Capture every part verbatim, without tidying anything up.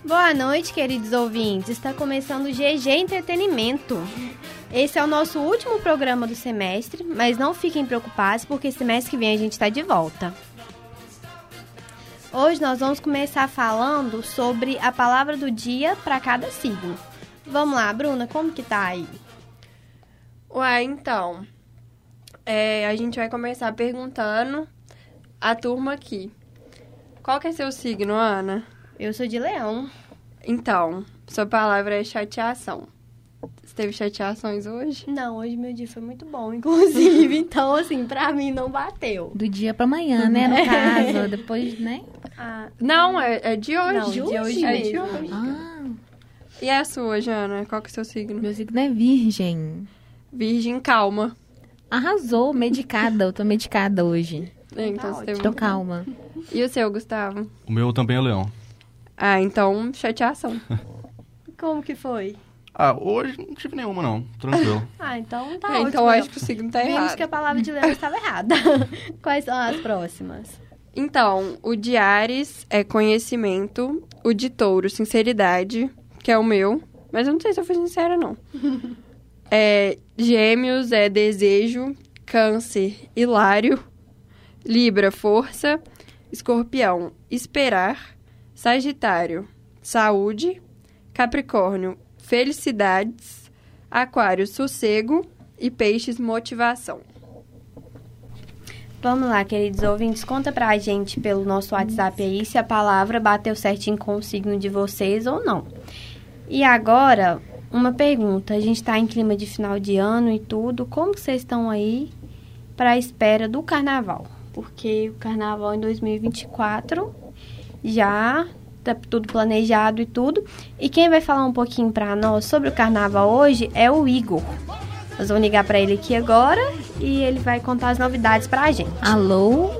Boa noite, queridos ouvintes. Está começando o G G Entretenimento. Esse é o nosso último programa do semestre, mas não fiquem preocupados, porque semestre que vem a gente está de volta. Hoje nós vamos começar falando sobre a palavra do dia para cada signo. Vamos lá, Bruna, como que tá aí? Ué, então, é, a gente vai começar perguntando a turma aqui. Qual que é seu signo, Ana? Eu sou de Leão. Então, sua palavra é chateação. Você teve chateações hoje? Não, hoje meu dia foi muito bom, inclusive. Então, assim, pra mim não bateu. Do dia pra amanhã, né, no caso. Depois, né? Ah, não, é, é de hoje. Não, de hoje, hoje é mesmo. de hoje. Ah, E a sua, Jana? Qual que é o seu signo? meu signo é virgem. Virgem, calma. Arrasou, medicada. Eu tô medicada hoje. É, então, Tá você teve Tô um- calma. E o seu, Gustavo? O meu também é leão. Ah, então, chateação. Como que foi? Ah, hoje não tive nenhuma, não. Tranquilo. Ah, então tá É, ótimo. então, eu acho que o signo tá Vimos errado. que a palavra de Leão estava errada. Quais são as próximas? Então, o de Áries é conhecimento, o de Touro, sinceridade, que é o meu, mas eu não sei se eu fui sincera, não. É, Gêmeos é desejo, Câncer, hilário, Libra, força, Escorpião, esperar, Sagitário, saúde, Capricórnio, felicidades, Aquário, sossego e Peixes, motivação. Vamos lá, queridos ouvintes, conta pra gente pelo nosso WhatsApp aí se a palavra bateu certinho com o signo de vocês ou não. E agora, uma pergunta. A gente tá em clima de final de ano e tudo. Como que vocês estão aí pra espera do carnaval? Porque o carnaval em dois mil e vinte e quatro já tá tudo planejado e tudo. E quem vai falar um pouquinho pra nós sobre o carnaval hoje é o Igor. Nós vamos ligar pra ele aqui agora e ele vai contar as novidades pra gente. Alô?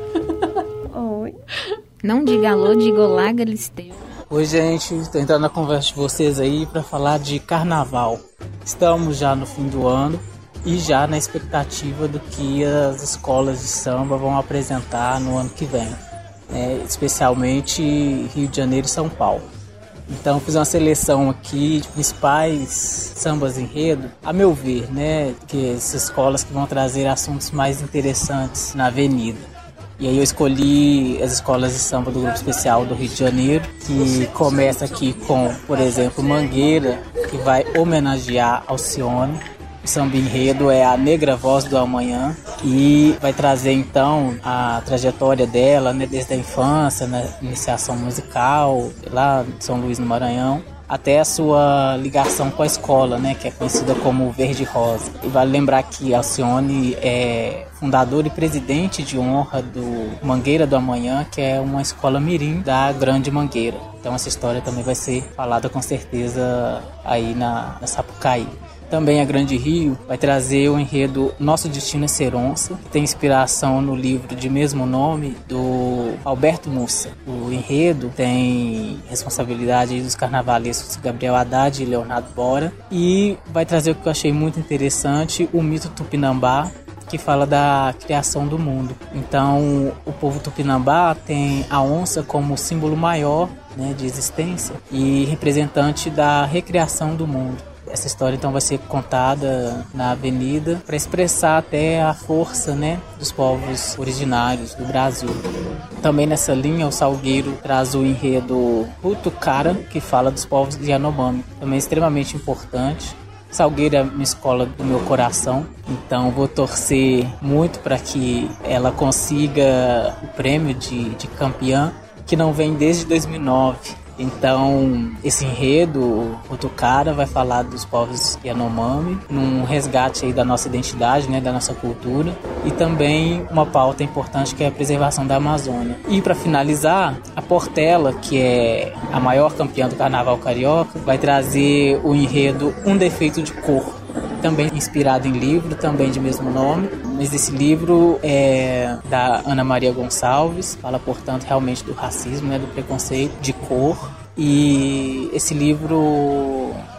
Oi. Não diga alô, diga olá, Galisteu. Oi, gente, estou entrando na conversa de vocês aí para falar de carnaval. Estamos já no fim do ano e já na expectativa do que as escolas de samba vão apresentar no ano que vem, né? Especialmente Rio de Janeiro e São Paulo. Então, fiz uma seleção aqui de principais sambas enredo, a meu ver, né, que essas escolas que vão trazer assuntos mais interessantes na avenida. E aí eu escolhi as escolas de samba do Grupo Especial do Rio de Janeiro, que começa aqui com, por exemplo, Mangueira, que vai homenagear Alcione. O samba enredo é a Negra Voz do Amanhã e vai trazer então a trajetória dela, né, desde a infância, na iniciação musical, lá de São Luís no Maranhão, até a sua ligação com a escola, né, que é conhecida como Verde Rosa. E vale lembrar que Alcione é fundadora e presidente de honra do Mangueira do Amanhã, que é uma escola mirim da Grande Mangueira. Então essa história também vai ser falada com certeza aí na, na Sapucaí. Também a Grande Rio vai trazer o enredo Nosso Destino é Ser Onça, que tem inspiração no livro de mesmo nome do Alberto Mussa. O enredo tem responsabilidade dos carnavalescos Gabriel Haddad e Leonardo Bora, e vai trazer o que eu achei muito interessante, o mito Tupinambá, que fala da criação do mundo. Então, o povo Tupinambá tem a onça como símbolo maior, né, de existência e representante da recriação do mundo. Essa história então vai ser contada na avenida para expressar até a força, né, dos povos originários do Brasil. Também nessa linha o Salgueiro traz o enredo Utucara, que fala dos povos Yanomami, também extremamente importante. Salgueiro é uma escola do meu coração, então vou torcer muito para que ela consiga o prêmio de, de campeã, que não vem desde dois mil e nove. Então, esse enredo, o Tucara, vai falar dos povos Yanomami, num resgate aí da nossa identidade, né, da nossa cultura, e também uma pauta importante que é a preservação da Amazônia. E para finalizar, a Portela, que é a maior campeã do Carnaval Carioca, vai trazer o enredo Um Defeito de Cor, também inspirado em livro, também de mesmo nome, mas esse livro é da Ana Maria Gonçalves, fala, portanto, realmente do racismo, né, do preconceito de cor, e esse livro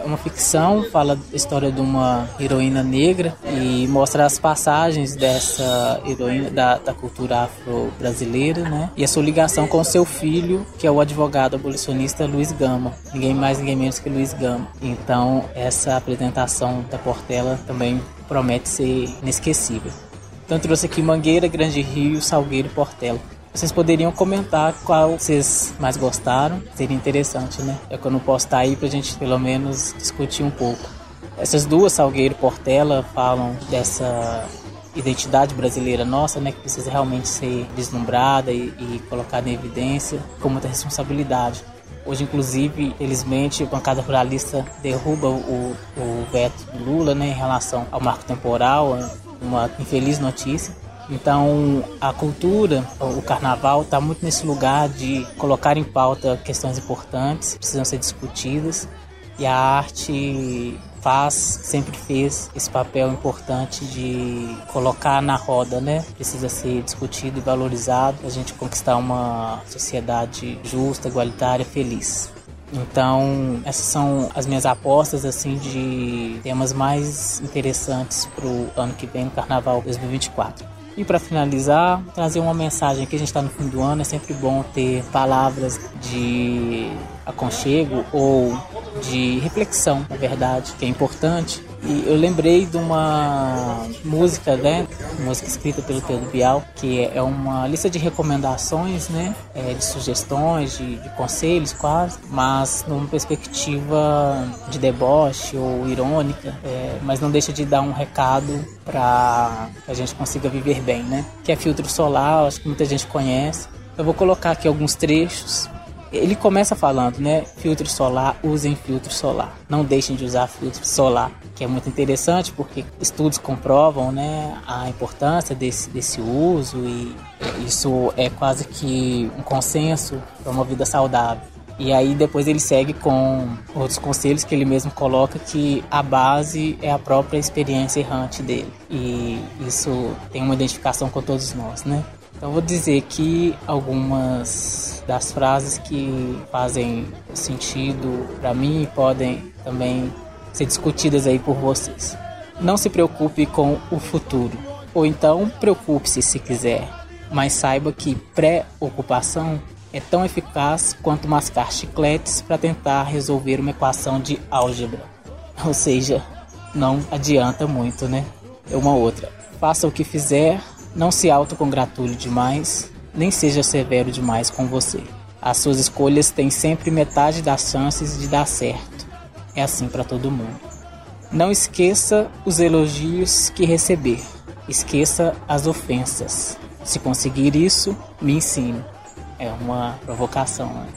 uma ficção, fala da história de uma heroína negra e mostra as passagens dessa heroína da, da cultura afro-brasileira, né? E a sua ligação com o seu filho, que é o advogado abolicionista Luiz Gama. Ninguém mais, ninguém menos que Luiz Gama. Então, essa apresentação da Portela também promete ser inesquecível. Então, trouxe aqui Mangueira, Grande Rio, Salgueiro e Portela. Vocês poderiam comentar qual vocês mais gostaram. Seria interessante, né? É que eu não posso estar aí pra gente, pelo menos, discutir um pouco. Essas duas, Salgueiro e Portela, falam dessa identidade brasileira nossa, né? Que precisa realmente ser deslumbrada e, e colocada em evidência com muita responsabilidade. Hoje, inclusive, felizmente, a bancada ruralista derruba o, o veto do Lula, né? Em relação ao marco temporal, uma infeliz notícia. Então, a cultura, o carnaval, está muito nesse lugar de colocar em pauta questões importantes, precisam ser discutidas, e a arte faz, sempre fez esse papel importante de colocar na roda, né? Precisa ser discutido e valorizado para a gente conquistar uma sociedade justa, igualitária, feliz. Então, essas são as minhas apostas assim de temas mais interessantes para o ano que vem, no Carnaval dois mil e vinte e quatro. E para finalizar, trazer uma mensagem que a gente está no fim do ano. É sempre bom ter palavras de aconchego ou de reflexão, na verdade, que é importante. E eu lembrei de uma música, né? Música escrita pelo Pedro Bial, que é uma lista de recomendações, né? É, de sugestões, de, de conselhos quase, mas numa perspectiva de deboche ou irônica, é, mas não deixa de dar um recado para que a gente consiga viver bem, né? Que é Filtro Solar, acho que muita gente conhece. Eu vou colocar aqui alguns trechos. Ele começa falando, né? Filtro solar, usem filtro solar. Não deixem de usar filtro solar, que é muito interessante porque estudos comprovam, né, a importância desse, desse uso e isso é quase que um consenso para uma vida saudável. E aí depois ele segue com outros conselhos que ele mesmo coloca, que a base é a própria experiência errante dele. E isso tem uma identificação com todos nós, né? Então vou dizer aqui algumas das frases que fazem sentido para mim e podem também ser discutidas aí por vocês. Não se preocupe com o futuro, ou então preocupe-se se quiser, mas saiba que preocupação é tão eficaz quanto mascar chicletes para tentar resolver uma equação de álgebra. Ou seja, não adianta muito, né? É uma outra. Faça o que fizer, não se autocongratule demais, nem seja severo demais com você. As suas escolhas têm sempre metade das chances de dar certo. É assim para todo mundo. Não esqueça os elogios que receber. Esqueça as ofensas. Se conseguir isso, me ensine. É uma provocação, né?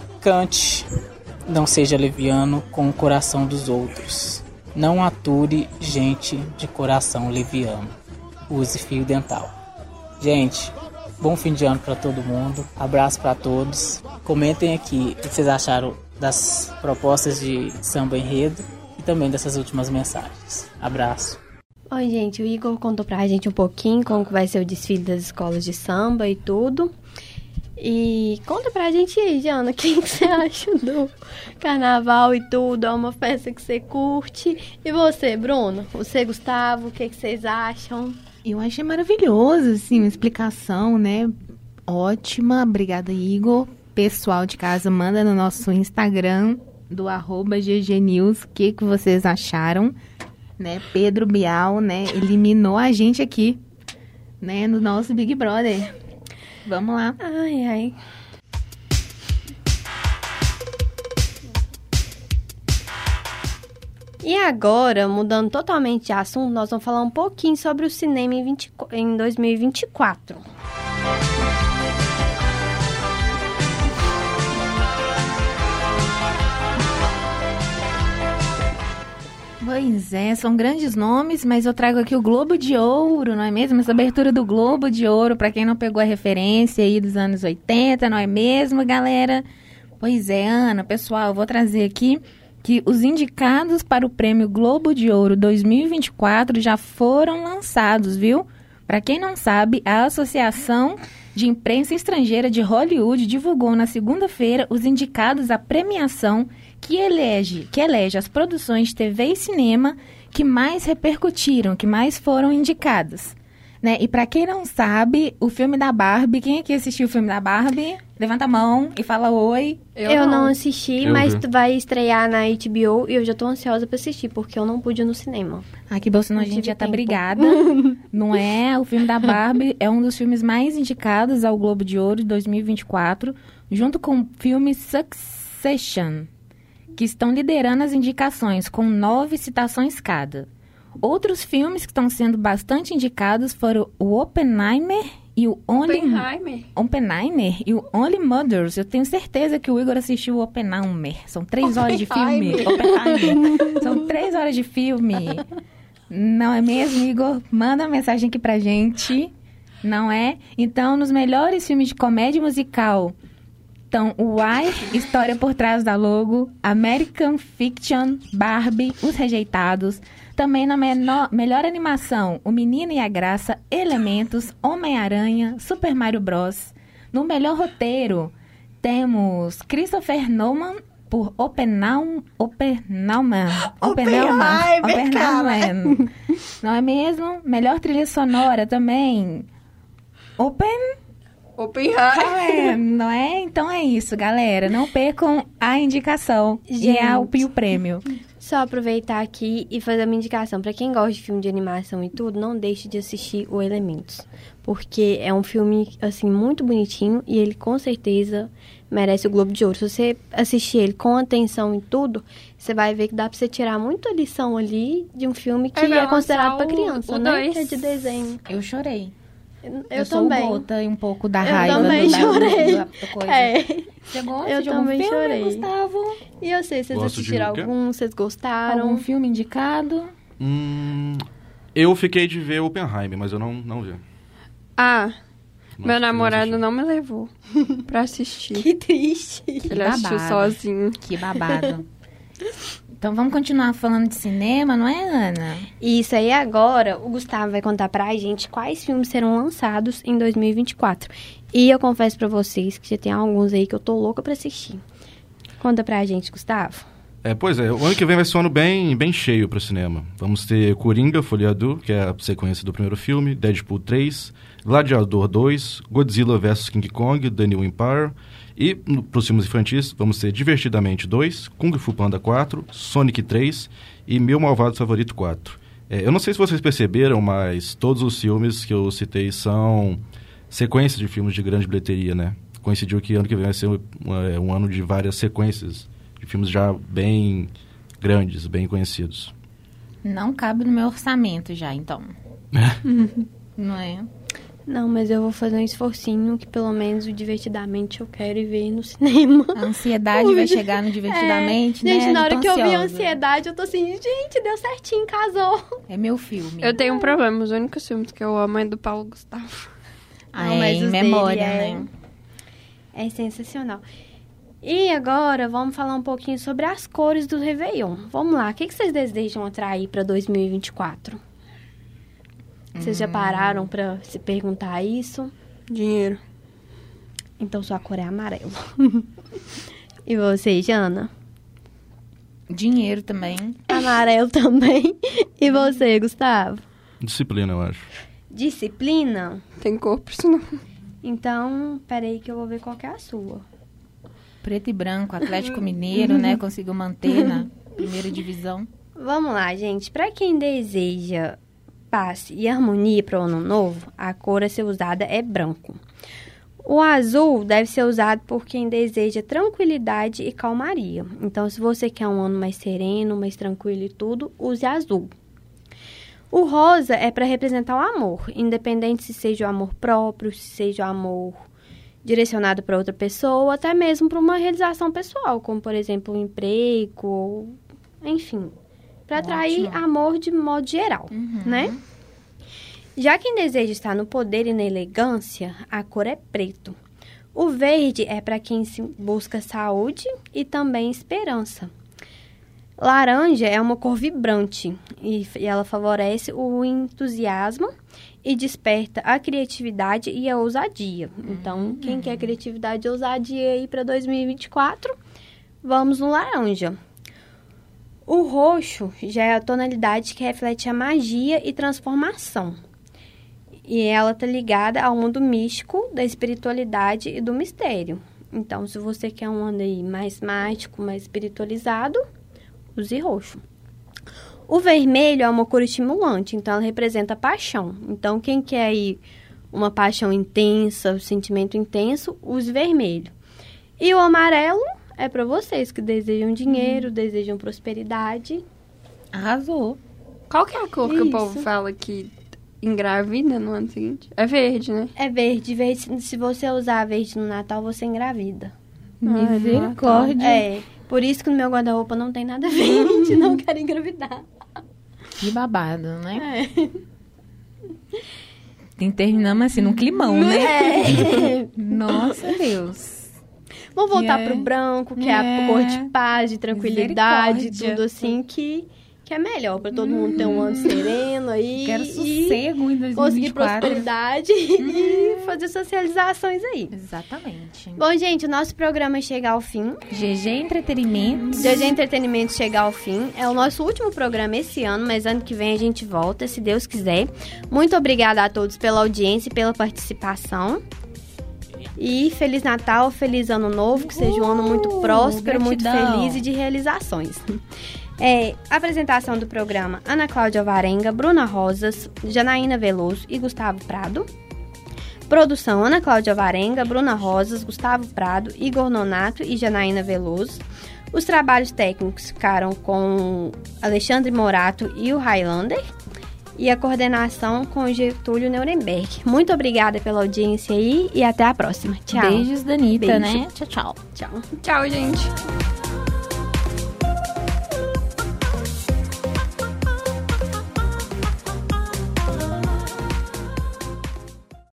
Cante. Não seja leviano com o coração dos outros. Não ature gente de coração leviano. Use fio dental. Gente, bom fim de ano para todo mundo. Abraço para todos. Comentem aqui o que vocês acharam das propostas de samba enredo e também dessas últimas mensagens. Abraço. Oi, gente. O Igor contou pra gente um pouquinho como que vai ser o desfile das escolas de samba e tudo. E conta pra gente aí, Jana, o que você acha do carnaval e tudo? É uma festa que você curte. E você, Bruna? Você, Gustavo, o que, que vocês acham? Eu achei maravilhoso, assim, uma explicação, né? Ótima. Obrigada, Igor. Pessoal de casa, manda no nosso Instagram do arroba G G News o que, que vocês acharam, né? Pedro Bial, né? Eliminou a gente aqui, né? No nosso Big Brother. Vamos lá. Ai, ai. E agora, mudando totalmente de assunto, nós vamos falar um pouquinho sobre o cinema em, vinte, em dois mil e vinte e quatro. Pois é, são grandes nomes, mas eu trago aqui o Globo de Ouro, não é mesmo? Essa abertura do Globo de Ouro, para quem não pegou a referência aí dos anos oitenta, não é mesmo, galera? Pois é, Ana, pessoal, eu vou trazer aqui que os indicados para o Prêmio Globo de Ouro dois mil e vinte e quatro já foram lançados, viu? Para quem não sabe, a Associação de Imprensa Estrangeira de Hollywood divulgou na segunda-feira os indicados à premiação que elege, que elege as produções de T V e cinema que mais repercutiram, que mais foram indicadas. Né? E para quem não sabe, o filme da Barbie, quem aqui assistiu o filme da Barbie? Levanta a mão e fala oi. Eu, eu não. não assisti, eu mas vi. vai estrear na H B O e eu já tô ansiosa pra assistir, porque eu não pude ir no cinema. Ah, que bom, senão Não a gente tive já tá tempo. brigada. Não é? O filme da Barbie é um dos filmes mais indicados ao Globo de Ouro de dois mil e vinte e quatro, junto com o filme Succession, que estão liderando as indicações, com nove citações cada. Outros filmes que estão sendo bastante indicados foram o Oppenheimer e o Only... Oppenheimer. Oppenheimer e o Only Mothers. Eu tenho certeza que o Igor assistiu o Oppenheimer. São três horas de filme. Oppenheimer. São três horas de filme. Não é mesmo, Igor? Manda uma mensagem aqui pra gente. Não é? Então, nos melhores filmes de comédia musical... Então, o Why, História por Trás da Logo, American Fiction, Barbie, Os Rejeitados. Também na menor, melhor animação, O Menino e a Graça, Elementos, Homem-Aranha, Super Mario Bros. No melhor roteiro, temos Christopher Nolan por Oppenheimer. Oppenheimer. Oppenheimer. Oppenheimer. Não é mesmo? Melhor trilha sonora também. Open... Oppenheimer. Não é? Então é isso, galera. Não percam a indicação e a- o e o prêmio. Só aproveitar aqui e fazer uma indicação. Pra quem gosta de filme de animação e tudo, não deixe de assistir o Elementos. Porque é um filme, assim, muito bonitinho e ele com certeza merece o Globo de Ouro. Se você assistir ele com atenção e tudo, você vai ver que dá pra você tirar muita lição ali de um filme que Aí vai é considerado lançar pra o- criança, o né? dois. Que é de desenho. Eu chorei. Eu, Eu, sou também. gota e um pouco da Eu raiva. também do, da- chorei. da- da coisa. É. Você gosta Eu de algum também filme, chorei. Gustavo? E eu sei, vocês Gosto de assistiram o quê? algum? Vocês gostaram? Algum filme indicado? Hum, eu fiquei de ver Oppenheimer, mas eu não, não vi. Ah, Não- meu não namorado assisti. não me levou pra assistir. Que triste. Ele assistiu babado. sozinho. Que babado. Então vamos continuar falando de cinema, não é, Ana? Isso aí agora, o Gustavo vai contar pra gente quais filmes serão lançados em dois mil e vinte e quatro. E eu confesso pra vocês que já tem alguns aí que eu tô louca pra assistir. Conta pra gente, Gustavo. É, pois é, o ano que vem vai ser um ano bem, bem cheio pro cinema. Vamos ter Coringa, Folheador, que é a sequência do primeiro filme, Deadpool três, Gladiador dois, Godzilla versus King Kong, The New Empire. E, no- pros filmes infantis, vamos ter Divertidamente dois, Kung Fu Panda quatro, Sonic três e Meu Malvado Favorito quatro. É, eu não sei se vocês perceberam, mas todos os filmes que eu citei são sequências de filmes de grande bilheteria, né? Coincidiu que ano que vem vai ser um, é, um ano de várias sequências de filmes já bem grandes, bem conhecidos. Não cabe no meu orçamento já, então. Não é? Não, mas eu vou fazer um esforcinho que pelo menos o Divertidamente eu quero ir ver no cinema. A ansiedade vai chegar no Divertidamente, É, né? gente, na Eu hora tô que eu vi a ansiosa. ansiedade, eu tô assim, gente, deu certinho, casou. É meu filme. Eu tenho um problema. Os únicos filmes que eu amo é do Paulo Gustavo. Ah, Não, é, mas em os dele memória, é- né? É sensacional. E agora, vamos falar um pouquinho sobre as cores do Réveillon. Vamos lá, o que, que vocês desejam atrair para dois mil e vinte e quatro? Vocês já pararam para se perguntar isso? Dinheiro. Então, sua cor é amarelo. E você, Jana? Dinheiro também. Amarelo também. E você, Gustavo? Disciplina, eu acho. Disciplina? Tem cor pra isso não. Então, peraí que eu vou ver qual que é a sua. Preto e branco, Atlético Mineiro, né? Conseguiu manter na primeira divisão. Vamos lá, gente. Para quem deseja paz e harmonia para o ano novo, a cor a ser usada é branco. O azul deve ser usado por quem deseja tranquilidade e calmaria. Então, se você quer um ano mais sereno, mais tranquilo e tudo, use azul. O rosa é para representar o amor, independente se seja o amor próprio, se seja o amor direcionado para outra pessoa, ou até mesmo para uma realização pessoal, como, por exemplo, um emprego, ou, enfim, para atrair Ótimo. amor de modo geral, né? Já quem deseja estar no poder e na elegância, a cor é preto. O verde é para quem se busca saúde e também esperança. Laranja é uma cor vibrante e, e ela favorece o entusiasmo e desperta a criatividade e a ousadia. Então, quem quer criatividade e ousadia aí para dois mil e vinte e quatro, Vamos no laranja. O roxo já é a tonalidade que reflete a magia e transformação. E ela está ligada ao mundo místico, da espiritualidade e do mistério. Então, se você quer um ano aí mais mágico, mais espiritualizado, use roxo. O vermelho é uma cor estimulante, então ela representa a paixão. Então, quem quer aí uma paixão intensa, um sentimento intenso, use vermelho. E o amarelo é para vocês que desejam dinheiro, hum. desejam prosperidade. Arrasou. Qual que é a cor Isso. que o povo fala que engravida no ano seguinte? É verde, né? É verde. verde. Se você usar verde no Natal, você engravida. Misericórdia. É, por isso que no meu guarda-roupa não tem nada verde, não quero engravidar. Que babado, né? É. Tem, terminamos assim, num climão, né? É. Nossa, Deus. Vamos voltar É. pro branco, que é. É. a cor de paz, de tranquilidade, Misericórdia. tudo assim que, que é melhor para todo mundo ter um ano sereno aí. Quero e sossego em dois mil e conseguir vinte e quatro. prosperidade e fazer socializações aí. Exatamente. Bom, gente, o nosso programa chega ao fim. G G Entretenimento. G G Entretenimento chega ao fim. É o nosso último programa esse ano, mas ano que vem a gente volta, se Deus quiser. Muito obrigada a todos pela audiência e pela participação. E Feliz Natal, Feliz Ano Novo, que seja um ano muito Uh, próspero, muito gratidão. feliz e de realizações. É, apresentação do programa: Ana Cláudia Alvarenga, Bruna Rosas, Janaína Veloso e Gustavo Prado. Produção: Ana Cláudia Alvarenga, Bruna Rosas, Gustavo Prado, Igor Nonato e Janaína Veloso. Os trabalhos técnicos ficaram com Alexandre Morato e o Highlander. E a coordenação com o Getúlio Nuremberg. Muito obrigada pela audiência aí e até a próxima. Tchau. Beijos da Anitta, Beijo. né? Tchau, tchau. Tchau. Tchau, gente.